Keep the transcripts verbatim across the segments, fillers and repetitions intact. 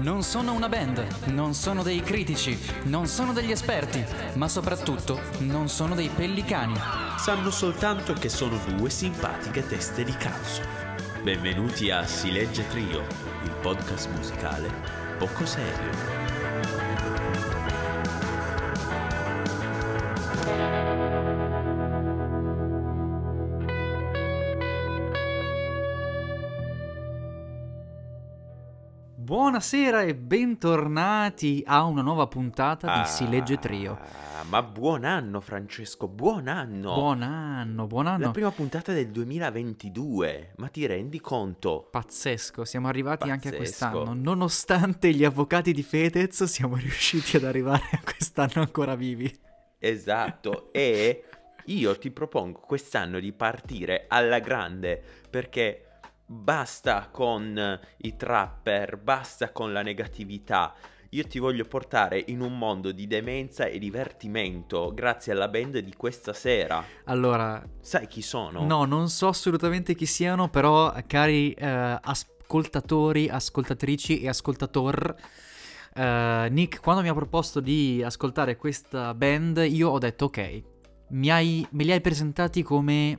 Non sono una band, non sono dei critici, non sono degli esperti, ma soprattutto non sono dei pellicani. Sanno soltanto che sono due simpatiche teste di cazzo. Benvenuti a Si Legge Trio, il podcast musicale poco serio. Buonasera e bentornati a una nuova puntata di Si Legge Trio. Ah, ma buon anno Francesco, buon anno! Buon anno, buon anno. La prima puntata del duemilaventidue, ma ti rendi conto? Pazzesco, siamo arrivati Pazzesco. anche a quest'anno. Nonostante gli avvocati di Fedez, siamo riusciti ad arrivare a quest'anno ancora vivi. Esatto, e io ti propongo quest'anno di partire alla grande, perché basta con i trapper, basta con la negatività. Io ti voglio portare in un mondo di demenza e divertimento grazie alla band di questa sera. Allora, sai chi sono? No, non so assolutamente chi siano, però cari eh, ascoltatori, ascoltatrici e ascoltator, eh, Nick, quando mi ha proposto di ascoltare questa band, io ho detto ok, mi hai, me li hai presentati come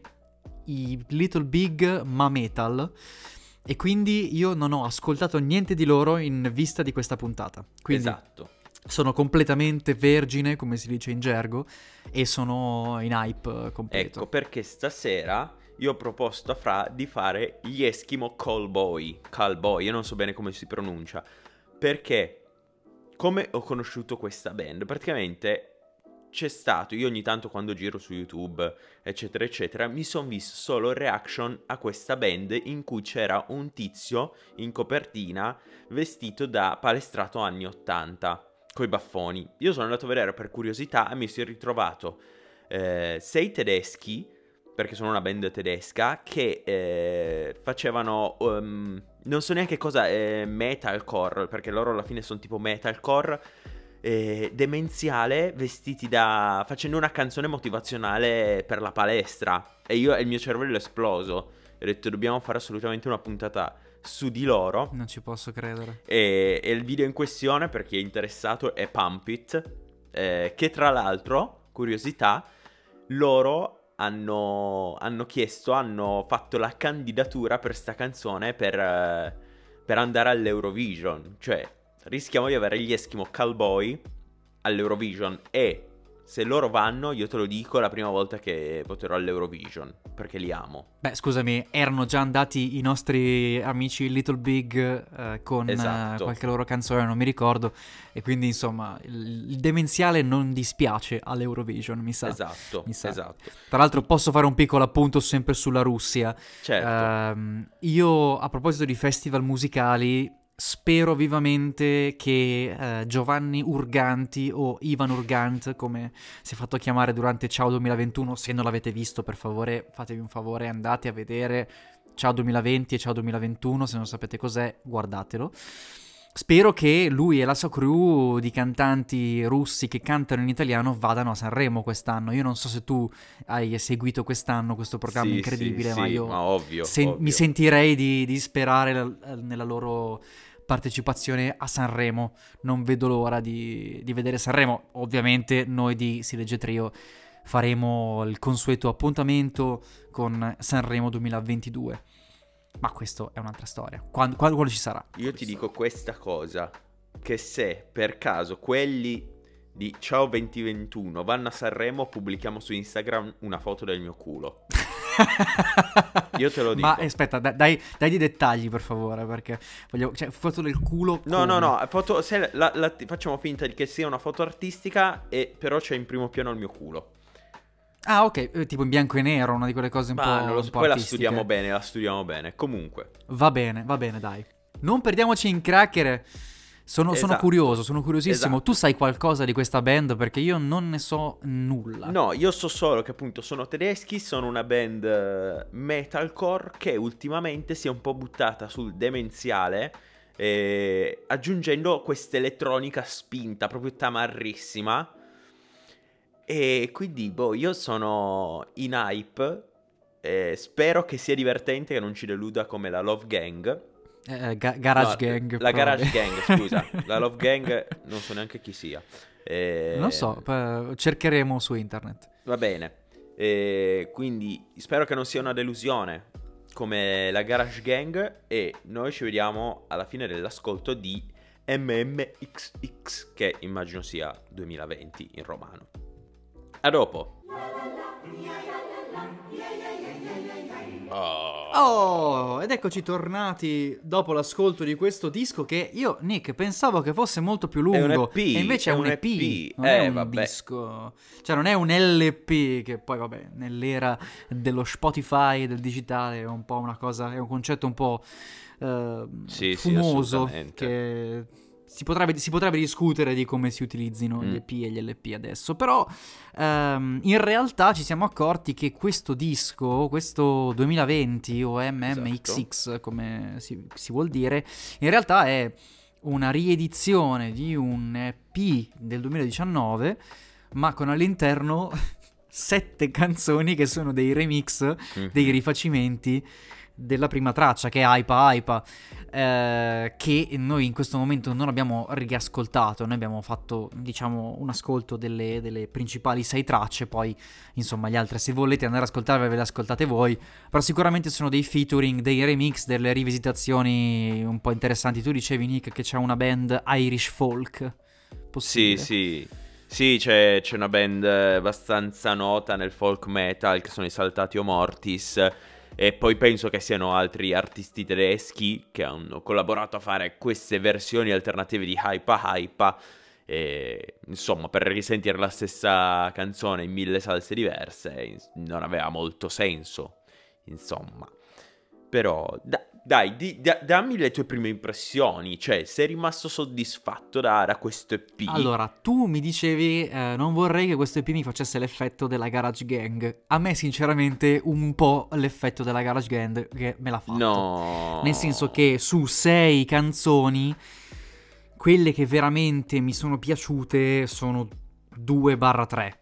i Little Big ma metal, e quindi io non ho ascoltato niente di loro in vista di questa puntata. Quindi Esatto. sono completamente vergine, come si dice in gergo, e sono in hype completo. Ecco perché stasera io ho proposto a Fra di fare gli Eskimo Callboy. Callboy, io non so bene come si pronuncia. Perché, come ho conosciuto questa band, praticamente c'è stato, io ogni tanto quando giro su YouTube, eccetera, eccetera, mi sono visto solo reaction a questa band in cui c'era un tizio in copertina vestito da palestrato anni ottanta, coi baffoni. Io sono andato a vedere per curiosità e mi sono ritrovato eh, sei tedeschi, perché sono una band tedesca, che eh, facevano, um, non so neanche cosa, eh, metalcore, perché loro alla fine sono tipo metalcore, Eh, demenziale, vestiti da... facendo una canzone motivazionale per la palestra. E io, il mio cervello è esploso. Ho detto dobbiamo fare assolutamente una puntata su di loro. Non ci posso credere. E, e il video in questione, per chi è interessato, è Pump It, eh, che tra l'altro, curiosità, loro hanno, hanno chiesto, hanno fatto la candidatura per sta canzone per, eh, per andare all'Eurovision. Cioè rischiamo di avere gli Eskimo Callboy all'Eurovision, e se loro vanno, io te lo dico, è la prima volta che voterò all'Eurovision, perché li amo. Beh, scusami, erano già andati i nostri amici Little Big eh, con Esatto. eh, qualche loro canzone, non mi ricordo, e quindi insomma il, il demenziale non dispiace all'Eurovision, mi sa. Esatto, mi sa. esatto. Tra l'altro posso fare un piccolo appunto sempre sulla Russia. Certo. Uh, io, a proposito di festival musicali, spero vivamente che uh, Giovanni Urganti, o Ivan Urgant come si è fatto chiamare durante Ciao duemilaventuno, se non l'avete visto per favore fatevi un favore, andate a vedere Ciao duemilaventi e Ciao duemilaventuno, se non sapete cos'è guardatelo. Spero che lui e la sua crew di cantanti russi che cantano in italiano vadano a Sanremo quest'anno. Io non so se tu hai seguito quest'anno questo programma Sì, incredibile, sì, ma sì, io ma ovvio, sen- ovvio. mi sentirei di, di sperare la- nella loro partecipazione a Sanremo. Non vedo l'ora di, di vedere Sanremo. Ovviamente noi di Si Legge Trio faremo il consueto appuntamento con Sanremo duemilaventidue. Ma questo è un'altra storia. Quando, quando, quando ci sarà? Io ti dico questa cosa, che se per caso quelli di Ciao duemilaventuno vanno a Sanremo, pubblichiamo su Instagram una foto del mio culo. Io te lo dico. Ma aspetta, dai, dai, dai dei dettagli per favore, perché voglio, cioè, foto del culo No, come? no, no, foto, se la, la, facciamo finta che sia una foto artistica, e però c'è in primo piano il mio culo. Ah, ok, eh, tipo in bianco e nero, una di quelle cose un Ma po', non lo un so, po' poi la artistiche. studiamo bene, la studiamo bene. Comunque. Va bene, va bene, dai. Non perdiamoci in chiacchiere. Sono, sono Esatto. curioso, sono curiosissimo. Esatto. Tu sai qualcosa di questa band? Perché io non ne so nulla. No, io so solo che appunto sono tedeschi, sono una band uh, metalcore che ultimamente si è un po' buttata sul demenziale, eh, aggiungendo questa elettronica spinta, proprio tamarrissima. E quindi, boh, io sono in hype, eh, spero che sia divertente, che non ci deluda come la Love Gang. Eh, ga- Garage No, Gang. la Garage probabil- Gang, scusa. La Love Gang non so neanche chi sia. Non so, Ehm, p- cercheremo su internet. Va bene. Eh, quindi spero che non sia una delusione come la Garage Gang e noi ci vediamo alla fine dell'ascolto di M M X X, che immagino sia duemilaventi in romano. A dopo. Oh. Oh, ed eccoci tornati dopo l'ascolto di questo disco che io, Nick, pensavo che fosse molto più È un lungo. E P, E invece è è un un E P, E P. non Eh, è un vabbè. disco. Cioè non è un L P, che poi vabbè, nell'era dello Spotify e del digitale è un po' una cosa, è un concetto un po' eh, Sì, sì, fumoso, assolutamente. che si potrebbe, si potrebbe discutere di come si utilizzino Mm. gli E P e gli L P adesso, però ehm, in realtà ci siamo accorti che questo disco, questo duemilaventi o M M X X come si, si vuol dire, in realtà è una riedizione di un E P del duemiladiciannove, ma con all'interno sette canzoni che sono dei remix, Mhm. dei rifacimenti della prima traccia, che è Aipa Aipa, eh, che noi in questo momento non abbiamo riascoltato. Noi abbiamo fatto, diciamo, un ascolto delle, delle principali sei tracce, poi insomma gli altri, se volete andare ad ascoltarle, ve le ascoltate voi, però sicuramente sono dei featuring, dei remix, delle rivisitazioni un po' interessanti. Tu dicevi, Nick, che c'è una band Irish folk Sì, possibile. sì. Sì, c'è, c'è una band abbastanza nota nel folk metal che sono i Saltati o Mortis. E poi penso che siano altri artisti tedeschi che hanno collaborato a fare queste versioni alternative di Hypa Hypa. E, insomma, per risentire la stessa canzone in mille salse diverse ins- non aveva molto senso. Insomma, però da- dai, di- da- dammi le tue prime impressioni. Cioè, sei rimasto soddisfatto da, da questo E P? Allora, tu mi dicevi, eh, non vorrei che questo E P mi facesse l'effetto della Garage Gang. A me, sinceramente, un po' l'effetto della Garage Gang che me l'ha fatto. No. Nel senso che su sei canzoni, quelle che veramente mi sono piaciute sono due tre.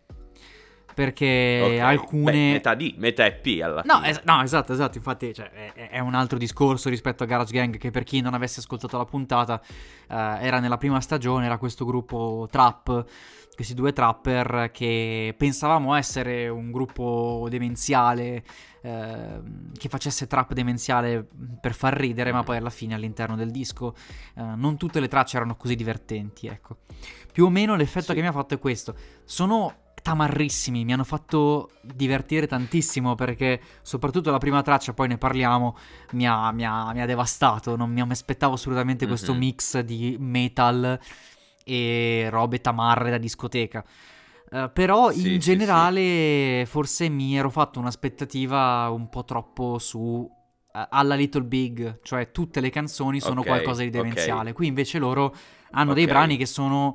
Perché Ok, alcune... beh, metà D, metà E P alla No, fine. es- no, esatto, esatto, infatti cioè, è, è un altro discorso rispetto a Garage Gang, che per chi non avesse ascoltato la puntata, eh, era nella prima stagione, era questo gruppo trap, questi due trapper che pensavamo essere un gruppo demenziale, eh, che facesse trap demenziale per far ridere, ma poi alla fine all'interno del disco eh, non tutte le tracce erano così divertenti, ecco. Più o meno l'effetto Sì. che mi ha fatto è questo. Sono tamarrissimi, mi hanno fatto divertire tantissimo, perché soprattutto la prima traccia, poi ne parliamo, mi ha, mi ha- mi ha devastato. Non mi aspettavo assolutamente questo Mhm. mix di metal e robe tamarre da discoteca. Eh, però Sì, in sì, generale forse mi ero fatto un'aspettativa un po' troppo su eh, alla Little Big, cioè tutte le canzoni sono Ok, qualcosa di ok. demenziale. Qui invece loro hanno dei Ok. brani che sono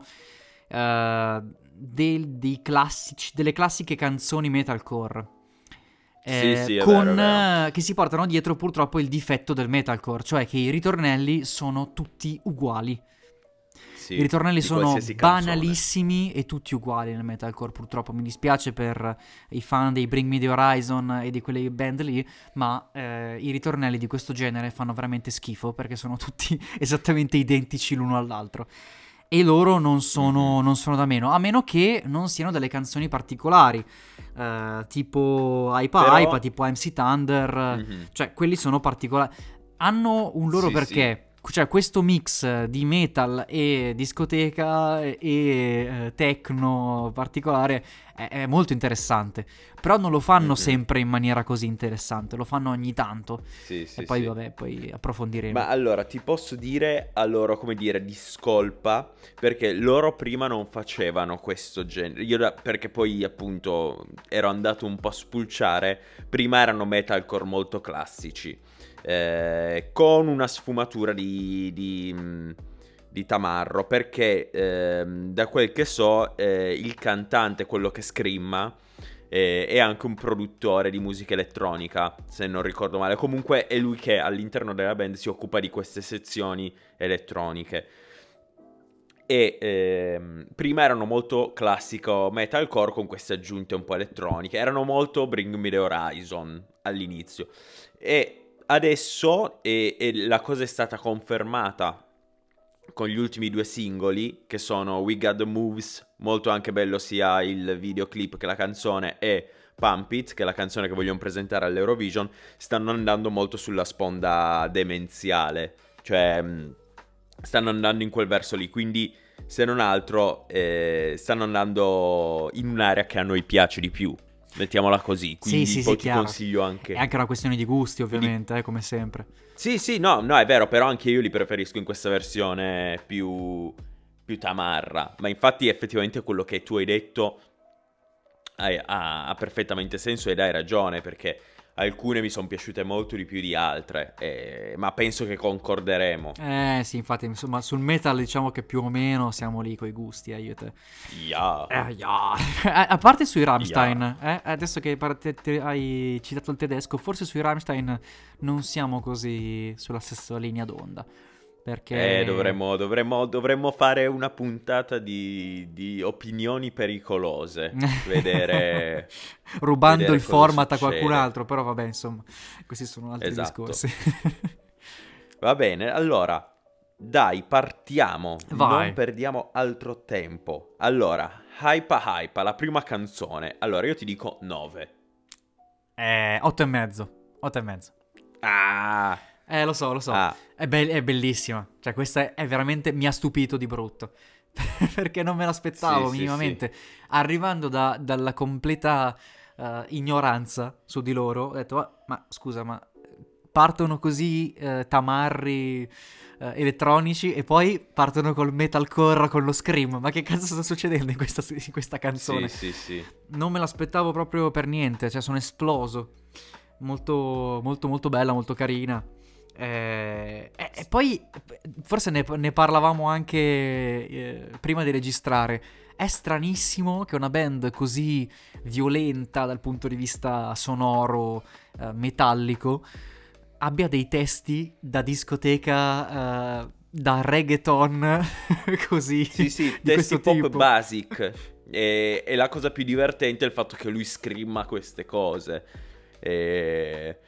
eh, del- dei classici, delle classiche canzoni metalcore. Sì, eh, sì, è con, vero, è vero. eh, che si portano dietro purtroppo il difetto del metalcore, cioè che i ritornelli sono tutti uguali. Sì, I ritornelli di sono qualsiasi canzone. banalissimi e tutti uguali nel metalcore, purtroppo. Mi dispiace per i fan dei Bring Me The Horizon e di quelle band lì, ma eh, i ritornelli di questo genere fanno veramente schifo, perché sono tutti esattamente identici l'uno all'altro. E loro non sono, Mhm. non sono da meno, a meno che non siano delle canzoni particolari, eh, tipo Aipa Però- Aipa, tipo M C Thunder, Mhm. cioè quelli sono particolari, hanno un loro Sì, perché. Cioè questo mix di metal e discoteca e eh, techno particolare è, è molto interessante, però non lo fanno Mhm. sempre in maniera così interessante, lo fanno ogni tanto. Sì, sì, E poi sì. vabbè, poi approfondiremo. Ma allora ti posso dire a loro, come dire, di scolpa, perché loro prima non facevano questo genere. Io da- perché poi appunto ero andato un po' a spulciare, prima erano metalcore molto classici, eh, con una sfumatura di, di, mh, di tamarro, perché ehm, da quel che so eh, il cantante, quello che screama, e è anche un produttore di musica elettronica, se non ricordo male. Comunque è lui che all'interno della band si occupa di queste sezioni elettroniche. E ehm, prima erano molto classico metalcore con queste aggiunte un po' elettroniche. Erano molto Bring Me The Horizon all'inizio. E adesso, e, e la cosa è stata confermata con gli ultimi due singoli, che sono We Got The Moves, molto anche bello sia il videoclip che la canzone, e Pump It, che è la canzone che vogliono presentare all'Eurovision, stanno andando molto sulla sponda demenziale, cioè mh, stanno andando in quel verso lì, quindi se non altro eh, stanno andando in un'area che a noi piace di più, mettiamola così, quindi sì, sì, poi sì, ti chiaro. consiglio anche... È anche una questione di gusti, Quindi- ovviamente, eh, come sempre. Sì, sì, no, no, è vero, però anche io li preferisco in questa versione più, più tamarra, ma infatti effettivamente quello che tu hai detto ha, ha- ha perfettamente senso ed hai ragione, perché alcune mi sono piaciute molto di più di altre, eh, ma penso che concorderemo. Eh sì, infatti, insomma, sul metal diciamo che più o meno siamo lì coi gusti, eh, io e te. Yeah. Eh, yeah. A a parte sui Rammstein, Yeah. eh, adesso che par- te- te- hai citato il tedesco, forse sui Rammstein non siamo così sulla stessa linea d'onda. Perché... Eh, dovremmo, dovremmo, dovremmo fare una puntata di, di opinioni pericolose, vedere, Rubando vedere il cosa format a qualcun succede. altro, però vabbè, insomma, questi sono altri Esatto. discorsi. Va bene, allora, dai, partiamo, Vai. non perdiamo altro tempo. Allora, Hypa Hypa, la prima canzone. Allora, io ti dico nove. Eh, otto e mezzo, otto e mezzo. Ah, Eh, lo so, lo so. ah, È, be- è bellissima. Cioè, questa è, è veramente... Mi ha stupito di brutto. Perché non me l'aspettavo sì, sì, minimamente. Arrivando da- dalla completa eh, ignoranza su di loro, ho detto, ma, ma scusa, ma partono così eh, tamarri eh, elettronici e poi partono col metalcore, con lo scream. Ma che cazzo sta succedendo in questa, in questa canzone? sì, sì, sì. Non me l'aspettavo proprio per niente. Cioè, sono esploso. Molto, molto, molto bella, molto carina. Eh, e, e poi forse ne, ne parlavamo anche eh, prima di registrare. È stranissimo che una band così violenta dal punto di vista sonoro, eh, metallico, abbia dei testi da discoteca, eh, da reggaeton, così, Sì, sì, di questo testi pop tipo. basic. E, e la cosa più divertente è il fatto che lui screama queste cose. E...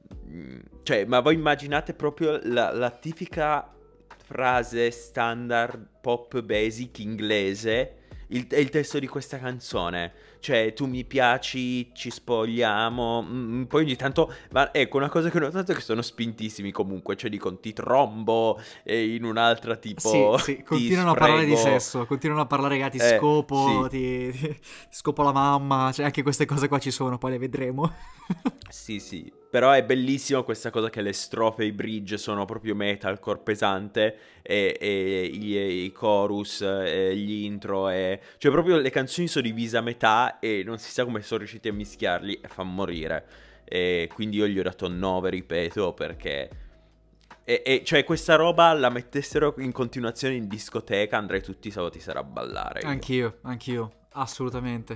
Cioè, ma voi immaginate proprio la, la tipica frase standard pop basic inglese, il, è il testo di questa canzone. Cioè, tu mi piaci, ci spogliamo. Mm, poi ogni tanto, ma ecco, una cosa che ho notato è che sono spintissimi comunque. Cioè, dicono ti trombo, e in un'altra tipo Sì, sì, ti continuano a parlare di sfrego. sesso, continuano a parlare che ah, ti Eh, scopo, sì. ti, ti- ti scopo la mamma, cioè anche queste cose qua ci sono, poi le vedremo. Sì, sì, però è bellissimo questa cosa che le strofe e i bridge sono proprio metalcore pesante e, e i, e i chorus, e gli intro, e... cioè proprio le canzoni sono divise a metà e non si sa come sono riusciti a mischiarli e fa morire. E quindi io gli ho dato nove, ripeto, perché... E, e cioè questa roba la mettessero in continuazione in discoteca, andrei tutti i sabati sera a ballare io. Anch'io, anch'io, assolutamente.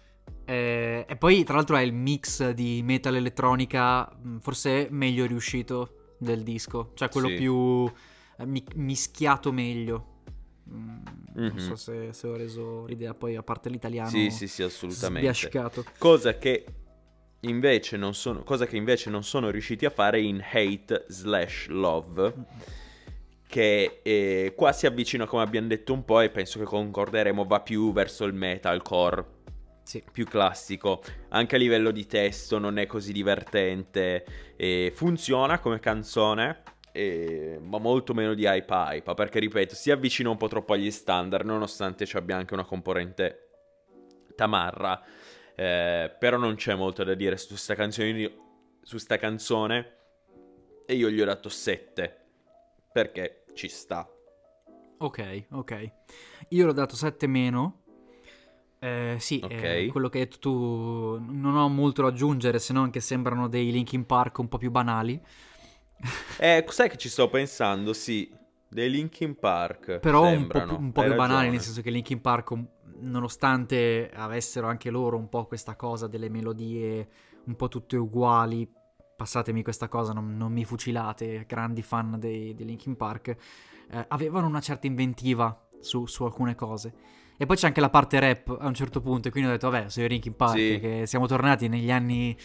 Eh, e poi tra l'altro è il mix di metal elettronica mh, forse meglio riuscito del disco, cioè quello Sì. più eh, mi- mischiato meglio. Mm, Non Mhm. so se, se ho reso l'idea, poi a parte l'italiano Sì, sì, sì, assolutamente. sbiascicato. Cosa che invece non sono, cosa che invece non sono riusciti a fare in Hate slash Love, che eh, qua si avvicina, come abbiamo detto un po', e penso che concorderemo, va più verso il metalcore, Sì. più classico. Anche a livello di testo non è così divertente, e funziona come canzone, e- ma molto meno di Hypa Hypa, perché ripeto, si avvicina un po' troppo agli standard, nonostante ci abbia anche una componente tamarra. Eh, però non c'è molto da dire su sta canzone, su sta canzone, e io gli ho dato sette perché ci sta. Ok, ok. Io l'ho dato sette meno. Eh, sì, Ok. eh, quello che hai detto tu, non ho molto da aggiungere, se non che sembrano dei Linkin Park un po' più banali. Eh, sai che ci sto pensando? Sì, dei Linkin Park Però un po' sembrano. più, un po' Hai più banali, ragione. nel senso che Linkin Park, un- nonostante avessero anche loro un po' questa cosa delle melodie un po' tutte uguali, passatemi questa cosa, non, non mi fucilate, grandi fan dei, di Linkin Park, eh, avevano una certa inventiva su, su alcune cose. E poi c'è anche la parte rap a un certo punto, e quindi ho detto, vabbè, sono i Linkin Park, Sì. che siamo tornati negli anni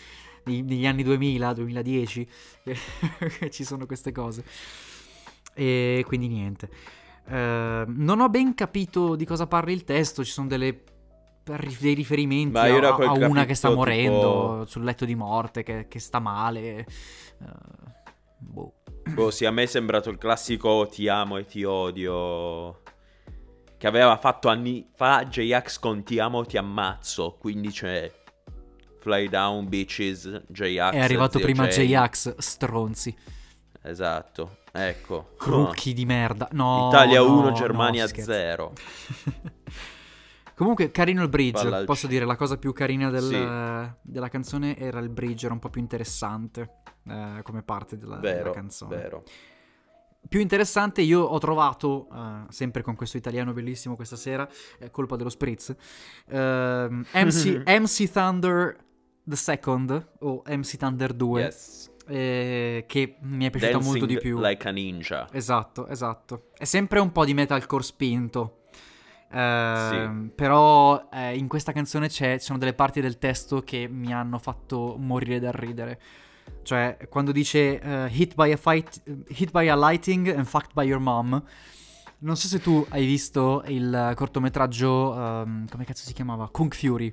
negli anni duemila, duemiladieci, ci sono queste cose. E quindi niente. Uh, non ho ben capito di cosa parli il testo, ci sono delle, dei riferimenti a, a una che sta morendo tipo... sul letto di morte, che, che sta male. Uh, boh. Boh, sì, a me è sembrato il classico ti amo e ti odio che aveva fatto anni fa J-Ax con ti amo ti ammazzo, quindi c'è Fly Down Bitches, J-Ax. È arrivato prima J-Ax, stronzi. Esatto, ecco. Crocchi no. di merda. No, Italia no, uno, Germania no, zero. Comunque, carino il bridge. Palla Posso dire, la cosa più carina del, sì. della canzone era il bridge, era un po' più interessante eh, come parte della, vero, della canzone. Vero. Più interessante io ho trovato, uh, sempre con questo italiano bellissimo questa sera, è colpa dello spritz, uh, M C, M C Thunder the Second, o M C Thunder due, yes. eh, che mi è piaciuta Dancing molto di più. like a ninja. Esatto, esatto. È sempre un po' di metalcore spinto. Uh, sì. Però eh, in questa canzone c'è, ci sono delle parti del testo che mi hanno fatto morire dal ridere. Cioè, quando dice uh, hit by a fight, hit by a lighting and fucked by your mom. Non so se tu hai visto il cortometraggio, um, come cazzo si chiamava? Kung Fury.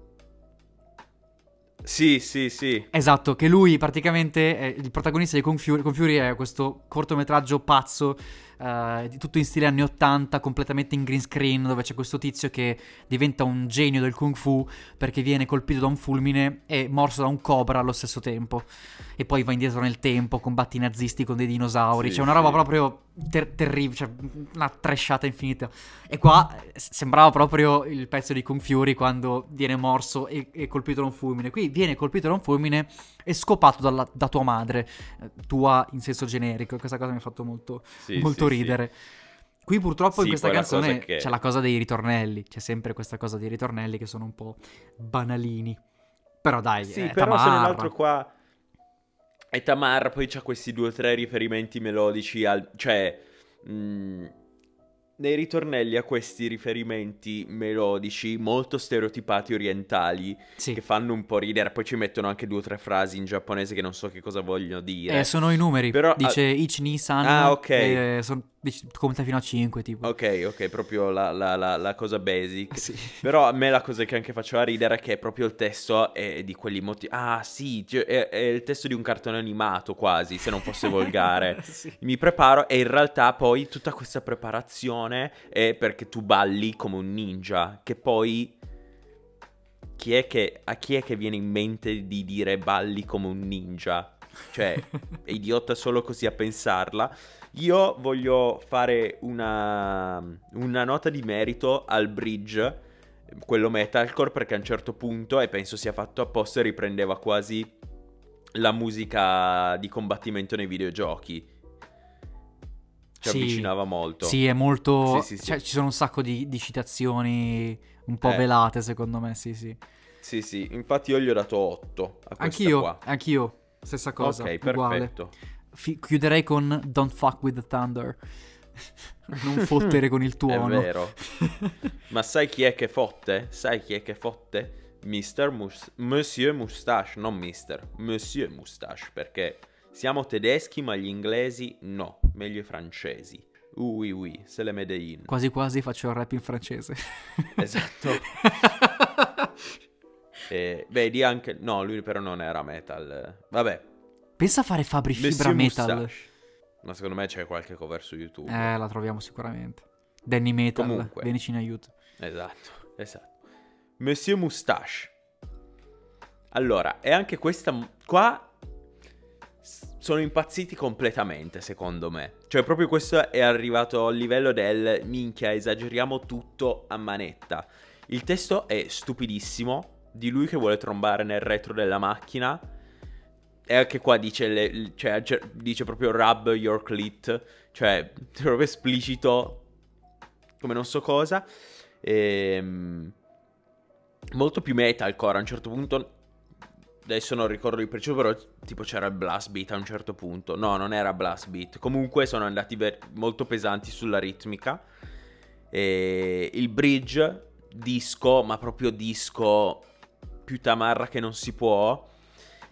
Sì, sì, sì. Esatto, che lui praticamente è il protagonista di Kung Fury. Kung Fury è questo cortometraggio pazzo, uh, tutto in stile anni ottanta, completamente in green screen, dove c'è questo tizio che diventa un genio del Kung Fu perché viene colpito da un fulmine e morso da un cobra allo stesso tempo. E poi va indietro nel tempo, combatti i nazisti con dei dinosauri. Sì, c'è una roba sì. proprio ter- terribile, cioè una trashata infinita. E qua sembrava proprio il pezzo di Kung Fury quando viene morso e, e colpito da un fulmine. Qui viene colpito da un fulmine e scopato dalla, da tua madre, tua in senso generico. Questa cosa mi ha fatto molto, sì, molto sì, ridere. Sì. Qui purtroppo sì, in questa canzone che... c'è la cosa dei ritornelli. C'è sempre questa cosa dei ritornelli che sono un po' banalini. Però dai, sì, è però tamarra. Se nell'altro qua è tamarra, poi c'ha questi due o tre riferimenti melodici al... cioè... Mh... nei ritornelli ha questi riferimenti melodici molto stereotipati orientali sì. che fanno un po' ridere, poi ci mettono anche due o tre frasi in giapponese che non so che cosa vogliono dire. Eh, sono i numeri, però, dice ah, Ichi Ni-san, ah, ok. eh, son, conta fino a cinque tipo. Ok, ok, proprio la, la, la, la cosa basic. Sì. Però a me la cosa che anche faceva ridere è che proprio il testo è di quelli motivi. Ah sì, è, è il testo di un cartone animato quasi, se non fosse volgare. Sì. Mi preparo e in realtà poi tutta questa preparazione è perché tu balli come un ninja, che poi chi è che, a chi è che viene in mente di dire balli come un ninja? Cioè, è idiota solo così a pensarla. Io voglio fare una, una nota di merito al bridge, quello metalcore, perché a un certo punto, e penso sia fatto apposta, riprendeva quasi la musica di combattimento nei videogiochi. Ci sì, avvicinava molto. Sì, è molto... Sì, sì, sì. Cioè, ci sono un sacco di, di citazioni un po' eh. velate, secondo me, sì, sì. Sì, sì, infatti io gli ho dato otto a questa anch'io, qua. Anch'io, stessa cosa, ok, uguale. perfetto. Fi- chiuderei con Don't fuck with the thunder. Non fottere con il tuono. È vero. Ma sai chi è che fotte? Sai chi è che fotte? Mister Mus- Monsieur Moustache, non Mister Monsieur Moustache, perché siamo tedeschi ma gli inglesi no, meglio i francesi. Oui oui, c'est le Medellin. Quasi quasi faccio il rap in francese. Esatto. E, vedi anche... No, lui però non era metal. Vabbè. Pensa a fare Fabri Fibra metal. Moustache. Ma secondo me c'è qualche cover su YouTube. Eh, la troviamo sicuramente. Danny Metal, comunque. Venici in aiuto. Esatto, esatto. Monsieur Moustache. Allora, e anche questa qua sono impazziti completamente, secondo me. Cioè, proprio questo è arrivato al livello del minchia, esageriamo tutto a manetta. Il testo è stupidissimo, di lui che vuole trombare nel retro della macchina. E anche qua dice, le, cioè, dice proprio rub your clit, cioè proprio esplicito come non so cosa. E, molto più metalcore a un certo punto. Adesso non ricordo di preciso, però tipo c'era il blast beat a un certo punto. No, non era blast beat. Comunque sono andati ver- molto pesanti sulla ritmica. E il bridge, disco, ma proprio disco più tamarra che non si può.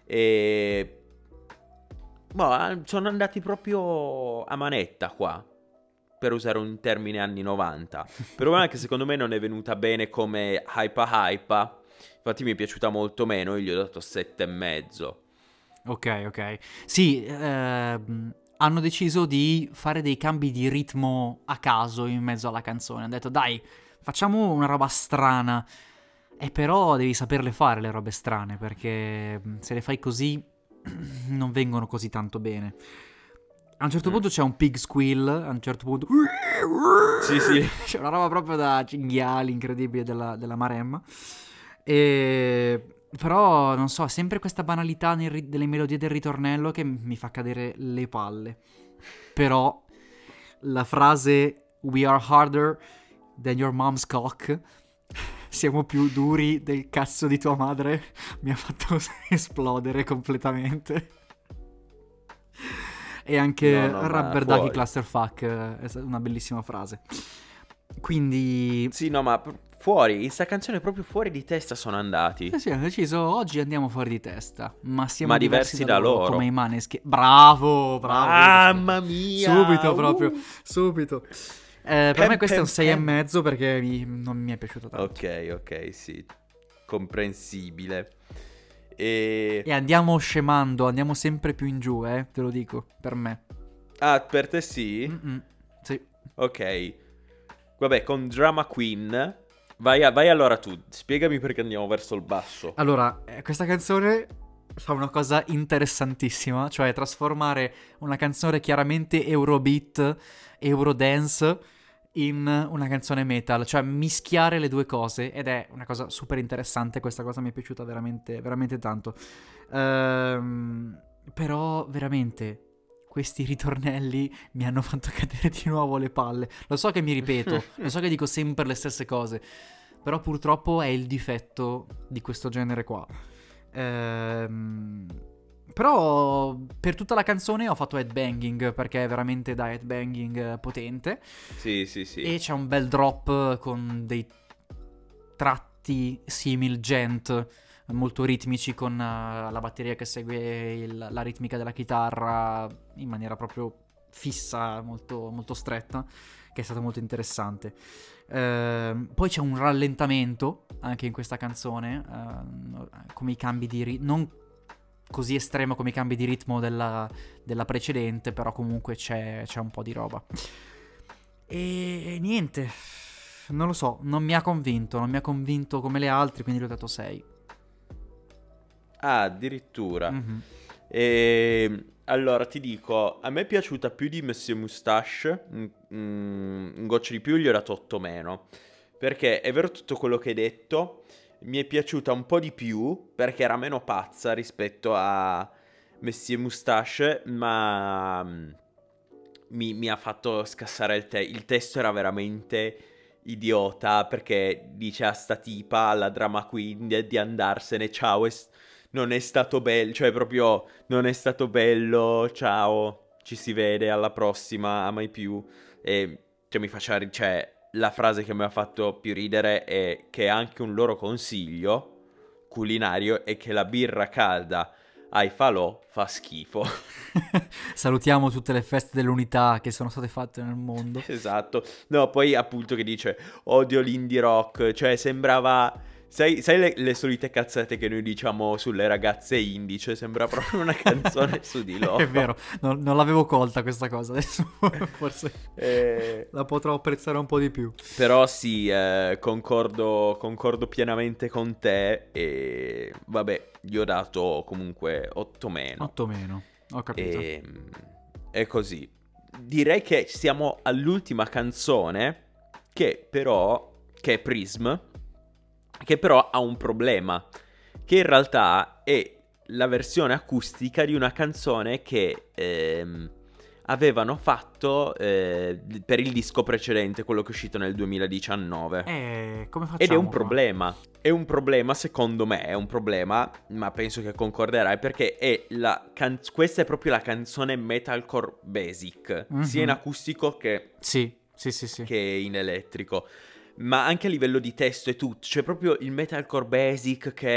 E... boh, sono andati proprio a manetta qua, per usare un termine anni novanta. Per una che secondo me non è venuta bene come Hypa Hypa. Infatti mi è piaciuta molto meno, io gli ho dato sette e mezzo. Ok, ok. Sì, ehm, hanno deciso di fare dei cambi di ritmo a caso in mezzo alla canzone. Hanno detto, dai, facciamo una roba strana. E però devi saperle fare le robe strane, perché se le fai così non vengono così tanto bene. A un certo Mm. punto c'è un pig squeal, a un certo punto... Sì, sì. C'è una roba proprio da cinghiali incredibile della, della Maremma. E... però, non so, sempre questa banalità nel ri- delle melodie del ritornello che mi fa cadere le palle. Però la frase "We are harder than your mom's cock", siamo più duri del cazzo di tua madre, mi ha fatto esplodere completamente. E anche No, no, ma Rubber Ducky fuori. Clusterfuck eh, è una bellissima frase. Quindi Sì, no, ma pr- fuori, in sta canzone proprio fuori di testa sono andati. eh sì, hanno deciso oggi andiamo fuori di testa, ma siamo Ma diversi, diversi da, da loro, loro. come i Maneskin. Bravo, bravo. Mamma mia! Subito proprio, Uh. subito. Eh, per Pem, me questo è un pem, sei e pem. mezzo perché mi- non mi è piaciuto tanto. Ok, ok, sì. Comprensibile. E... E andiamo scemando, andiamo sempre più in giù, eh, te lo dico, per me. ah, per te sì? Mm-mm, sì. Ok. Vabbè, con Drama Queen... Vai, a- vai allora tu, spiegami perché andiamo verso il basso. Allora, eh, questa canzone fa una cosa interessantissima, cioè trasformare una canzone chiaramente Eurobeat, Eurodance in una canzone metal, cioè mischiare le due cose, ed è una cosa super interessante, questa cosa mi è piaciuta veramente, veramente tanto. Ehm, però veramente questi ritornelli mi hanno fatto cadere di nuovo le palle. Lo so che mi ripeto, lo so che dico sempre le stesse cose, però purtroppo è il difetto di questo genere qua. Ehm, però per tutta la canzone ho fatto headbanging, perché è veramente da headbanging eh, potente. Sì, sì, sì. E c'è un bel drop con dei tratti simil gent, molto ritmici, con uh, la batteria che segue il- la ritmica della chitarra in maniera proprio fissa, molto, molto stretta, che è stato molto interessante. Ehm, poi c'è un rallentamento anche in questa canzone, ehm, come i cambi di ritmo, non così estremo come i cambi di ritmo della, della precedente, però comunque c'è, c'è un po' di roba. E niente, non lo so, non mi ha convinto, non mi ha convinto come le altre, quindi gli ho dato sei. Ah, addirittura. Mhm. E allora ti dico, a me è piaciuta più di Monsieur Moustache, mm, mm, un goccio di più, gli ho dato otto meno. Perché è vero tutto quello che hai detto, mi è piaciuta un po' di più perché era meno pazza rispetto a Monsieur Moustache, ma mm, mi, mi ha fatto scassare il, te- il testo era veramente idiota perché dice a sta tipa, alla drama queen, di, di andarsene, ciao, è s- non è stato bello, cioè proprio non è stato bello, ciao, ci si vede alla prossima, a mai più. E cioè mi faceva, ri- cioè la frase che mi ha fatto più ridere è che anche un loro consiglio culinario è che la birra calda ai falò fa schifo. Salutiamo tutte le feste dell'unità che sono state fatte nel mondo. Esatto. No, poi appunto che dice odio l'indie rock, cioè sembrava... Sai, sai le, le solite cazzate che noi diciamo sulle ragazze indie, cioè sembra proprio una canzone su di loro. È vero, non, non l'avevo colta questa cosa, adesso forse Eh, la potrò apprezzare un po' di più. Però sì, eh, concordo, concordo pienamente con te e vabbè, gli ho dato comunque otto meno. otto meno, ho capito. E, è così. Direi che siamo all'ultima canzone che però, che è Prism, che però ha un problema, che in realtà è la versione acustica di una canzone che ehm, avevano fatto eh, per il disco precedente, quello che è uscito nel duemiladiciannove. Eh, come facciamo Ed è un qua? problema. È un problema, secondo me, è un problema, ma penso che concorderai, perché è la can- questa è proprio la canzone metalcore basic, Mhm. sia in acustico che, Sì, sì, sì, sì. che in elettrico. Ma anche a livello di testo e tutto, c'è proprio il metalcore basic che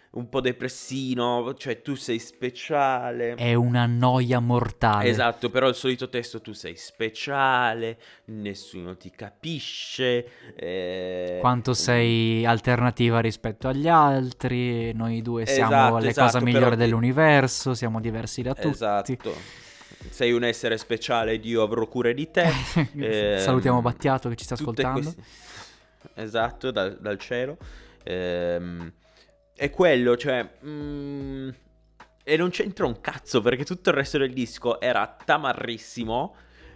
un po' depressino, cioè tu sei speciale. È una noia mortale. Esatto, però il solito testo tu sei speciale, nessuno ti capisce. Eh... Quanto sei alternativa rispetto agli altri, noi due siamo Esatto, le esatto, cose però migliori ti- dell'universo, siamo diversi da tutti. Esatto. Sei un essere speciale ed io avrò cure di te. Ehm, Salutiamo Battiato che ci sta tutte ascoltando. queste- Esatto, dal, dal cielo. Ehm, è quello, cioè... mm, e non c'entra un cazzo perché tutto il resto del disco era tamarrissimo.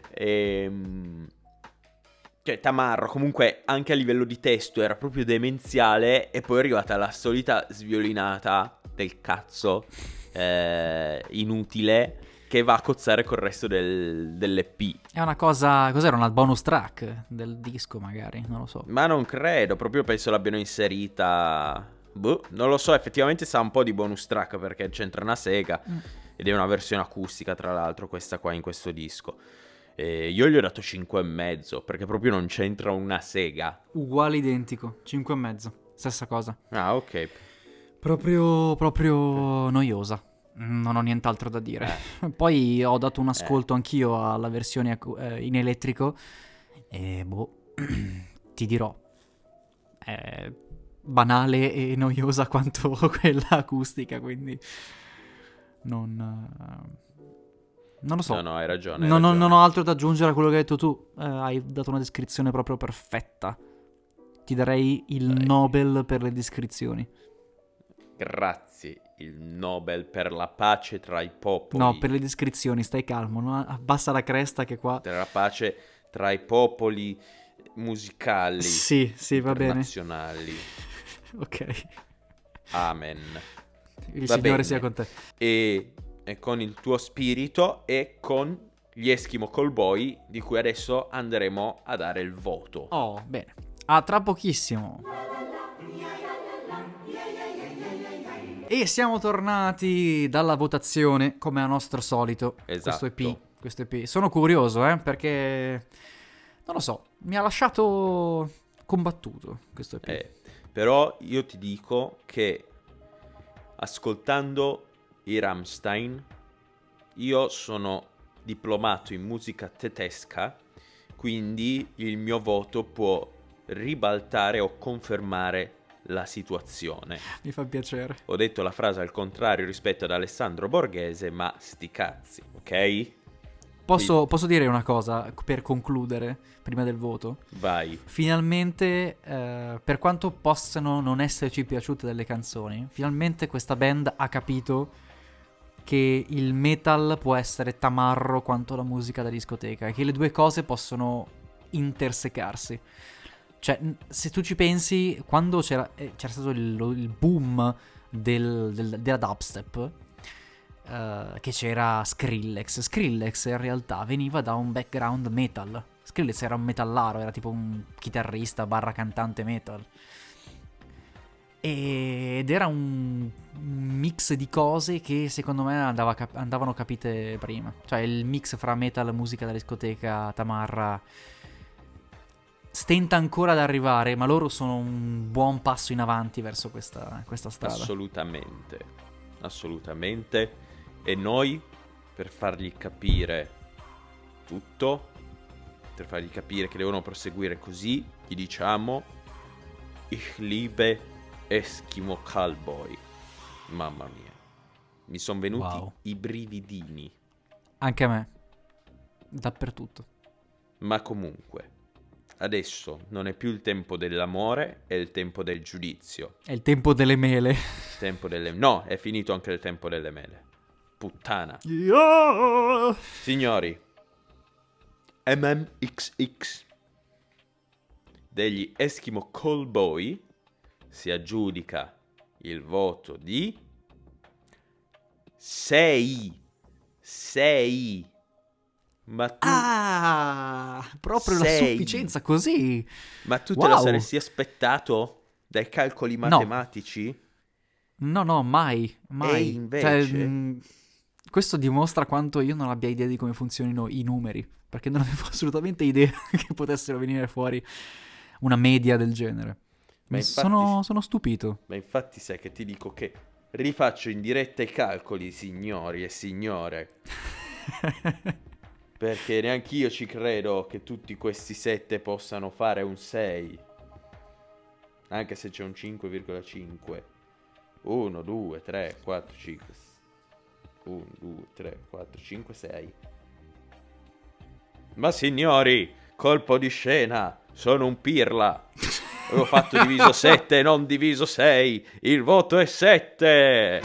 Ehm, cioè, tamarro, comunque anche a livello di testo era proprio demenziale. E poi è arrivata la solita sviolinata del cazzo eh, inutile che va a cozzare col resto del, dell'E P. È una cosa, cos'era, una bonus track del disco magari, non lo so. Ma non credo, proprio penso l'abbiano inserita. Boh, non lo so, effettivamente sa un po' di bonus track perché c'entra una sega. Mm. Ed è una versione acustica, tra l'altro, questa qua in questo disco. E io gli ho dato cinque e mezzo perché proprio non c'entra una sega. Uguale identico, cinque e mezzo, stessa cosa. Ah, ok. Proprio, proprio noiosa. Non ho nient'altro da dire. Eh. Poi ho dato un ascolto anch'io alla versione acu- eh, in elettrico e boh, ti dirò, è banale e noiosa quanto quella acustica, quindi non, eh, non lo so. No, no, hai ragione. hai non, ho, ragione. non ho altro da aggiungere a quello che hai detto tu. Eh, hai dato una descrizione proprio perfetta. Ti darei il Dai. Nobel per le descrizioni. Grazie, il Nobel per la pace tra i popoli. No, per le descrizioni, stai calmo, no? Abbassa la cresta che qua... Per la pace tra i popoli musicali. Sì, sì, va bene. internazionali. Ok. Amen. Il Va Signore bene. sia con te. E, e con il tuo spirito e con gli Eskimo Callboy di cui adesso andremo a dare il voto. Oh, bene. A tra pochissimo. E siamo tornati dalla votazione, come a nostro solito. Esatto. Questo E P, questo E P. Sono curioso, eh, perché... Non lo so, mi ha lasciato combattuto questo E P. Eh, però io ti dico che ascoltando i Rammstein io sono diplomato in musica tedesca, quindi il mio voto può ribaltare o confermare la situazione. Mi fa piacere. Ho detto la frase al contrario rispetto ad Alessandro Borghese, ma sti cazzi, ok? Posso, posso dire una cosa per concludere, prima del voto? Vai. Finalmente, eh, per quanto possano non esserci piaciute delle canzoni, finalmente questa band ha capito che il metal può essere tamarro quanto la musica da discoteca e che le due cose possono intersecarsi. Cioè, n- se tu ci pensi, quando c'era, eh, c'era stato il, il boom del- del- della dubstep, eh, che c'era Skrillex. Skrillex in realtà veniva da un background metal. Skrillex era un metallaro, era tipo un chitarrista barra cantante metal. Ed era un mix di cose che secondo me andava cap- andavano capite prima. Cioè il mix fra metal, musica da discoteca, tamarra stenta ancora ad arrivare, ma loro sono un buon passo in avanti verso questa, questa strada. Assolutamente. Assolutamente. E noi, per fargli capire tutto, per fargli capire che devono proseguire così, gli diciamo: Ich liebe Eskimo Callboy. Mamma mia, mi sono venuti Wow. i brividini. Anche a me. Dappertutto. Ma comunque, adesso non è più il tempo dell'amore, è il tempo del giudizio. È il tempo delle mele. Il tempo delle... No, è finito anche il tempo delle mele. Puttana. Yeah! Signori, M M X X degli Eskimo Callboy si aggiudica il voto di sei. sei. Ma tu, Ah, proprio la Sei. sufficienza così. ma tu te Wow. lo saresti aspettato dai calcoli No. matematici? No, no, mai, mai. E invece? Cioè, mh, questo dimostra quanto io non abbia idea di come funzionino i numeri, perché non avevo assolutamente idea che potessero venire fuori una media del genere. Ma Mi infatti, sono, sono stupito. ma infatti sai che ti dico che rifaccio in diretta i calcoli, signori e signore. Perché neanche io ci credo che tutti questi sette possano fare un sei. Anche se c'è un cinque virgola cinque. uno, due, tre, quattro, cinque. uno, due, tre, quattro, cinque, sei. Ma signori, colpo di scena, sono un pirla. Avevo fatto diviso sette e non diviso sei. Il voto è sette.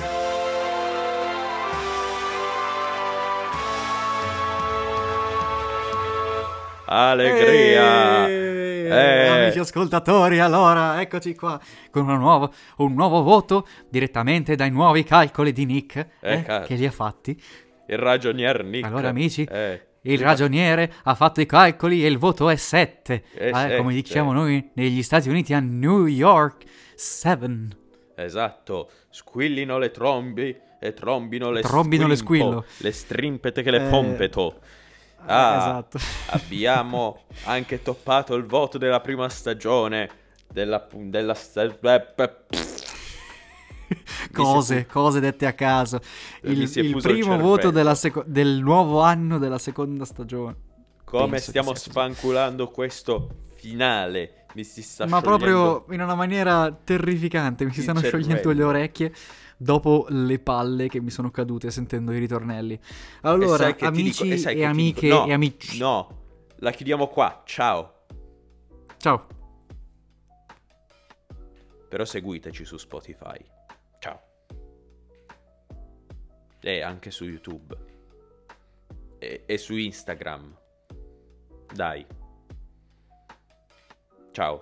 Allegria. Eeeh, Eh. Amici ascoltatori, allora eccoci qua con una nuova- un nuovo voto direttamente dai nuovi calcoli di Nick, Eh, eh, cazzo. che li ha fatti. Il ragionier Nick. Allora amici, Eh, il rifa- ragioniere ha fatto i calcoli e il voto è sette. È Eh, come sette. diciamo noi negli Stati Uniti a New York, sette. Esatto, squillino le trombi e trombino le Trombino le squimpo, squillo. le strimpete che le Eh, pompeto. eh, Ah, esatto. abbiamo anche toppato il voto della prima stagione della, della sta- eh, eh, Cose, fu- cose dette a caso. Mi Il, si è il fuso il primo cervello. voto della seco- del nuovo anno della seconda stagione. come Penso che stiamo sia così. sfanculando questo finale. Mi si sta Ma sciogliendo proprio in una maniera terrificante. Mi si il stanno sciogliendo le cervello. orecchie dopo le palle che mi sono cadute sentendo i ritornelli. E Allora, sai che ti amici dico- e sai e che ti amiche dico- no, e amici. No, la chiudiamo qua. Ciao. Ciao. Però seguiteci su Spotify. Ciao. E anche su YouTube. E, e su Instagram. Dai. Ciao.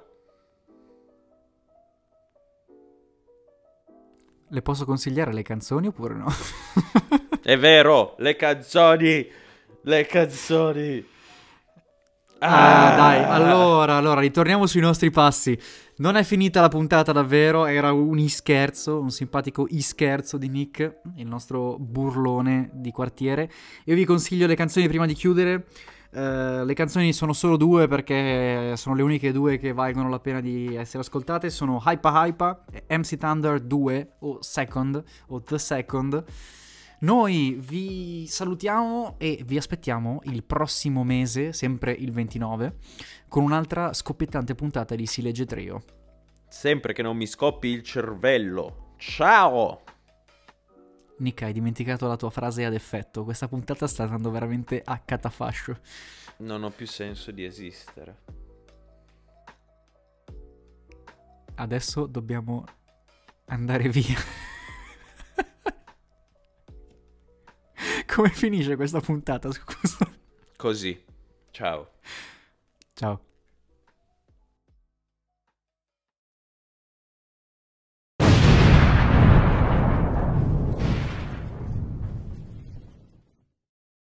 Le posso consigliare le canzoni oppure no? È vero, le canzoni. Le canzoni. Ah, dai, allora, allora, ritorniamo sui nostri passi. Non è finita la puntata davvero, era un ischerzo, un simpatico ischerzo di Nick, il nostro burlone di quartiere. Io vi consiglio le canzoni prima di chiudere. Eh, le canzoni sono solo due perché sono le uniche due che valgono la pena di essere ascoltate. Sono Hypa Hypa e M C Thunder due o Second o The Second. Noi vi salutiamo e vi aspettiamo il prossimo mese, sempre il ventinove, con un'altra scoppiettante puntata di Si Legge Trio. Sempre che non mi scoppi il cervello. Ciao. Nick, hai dimenticato la tua frase ad effetto. Questa puntata sta andando veramente a catafascio. Non ho più senso di esistere. Adesso dobbiamo andare via. Come finisce questa puntata, scusa? Così. Ciao. Ciao.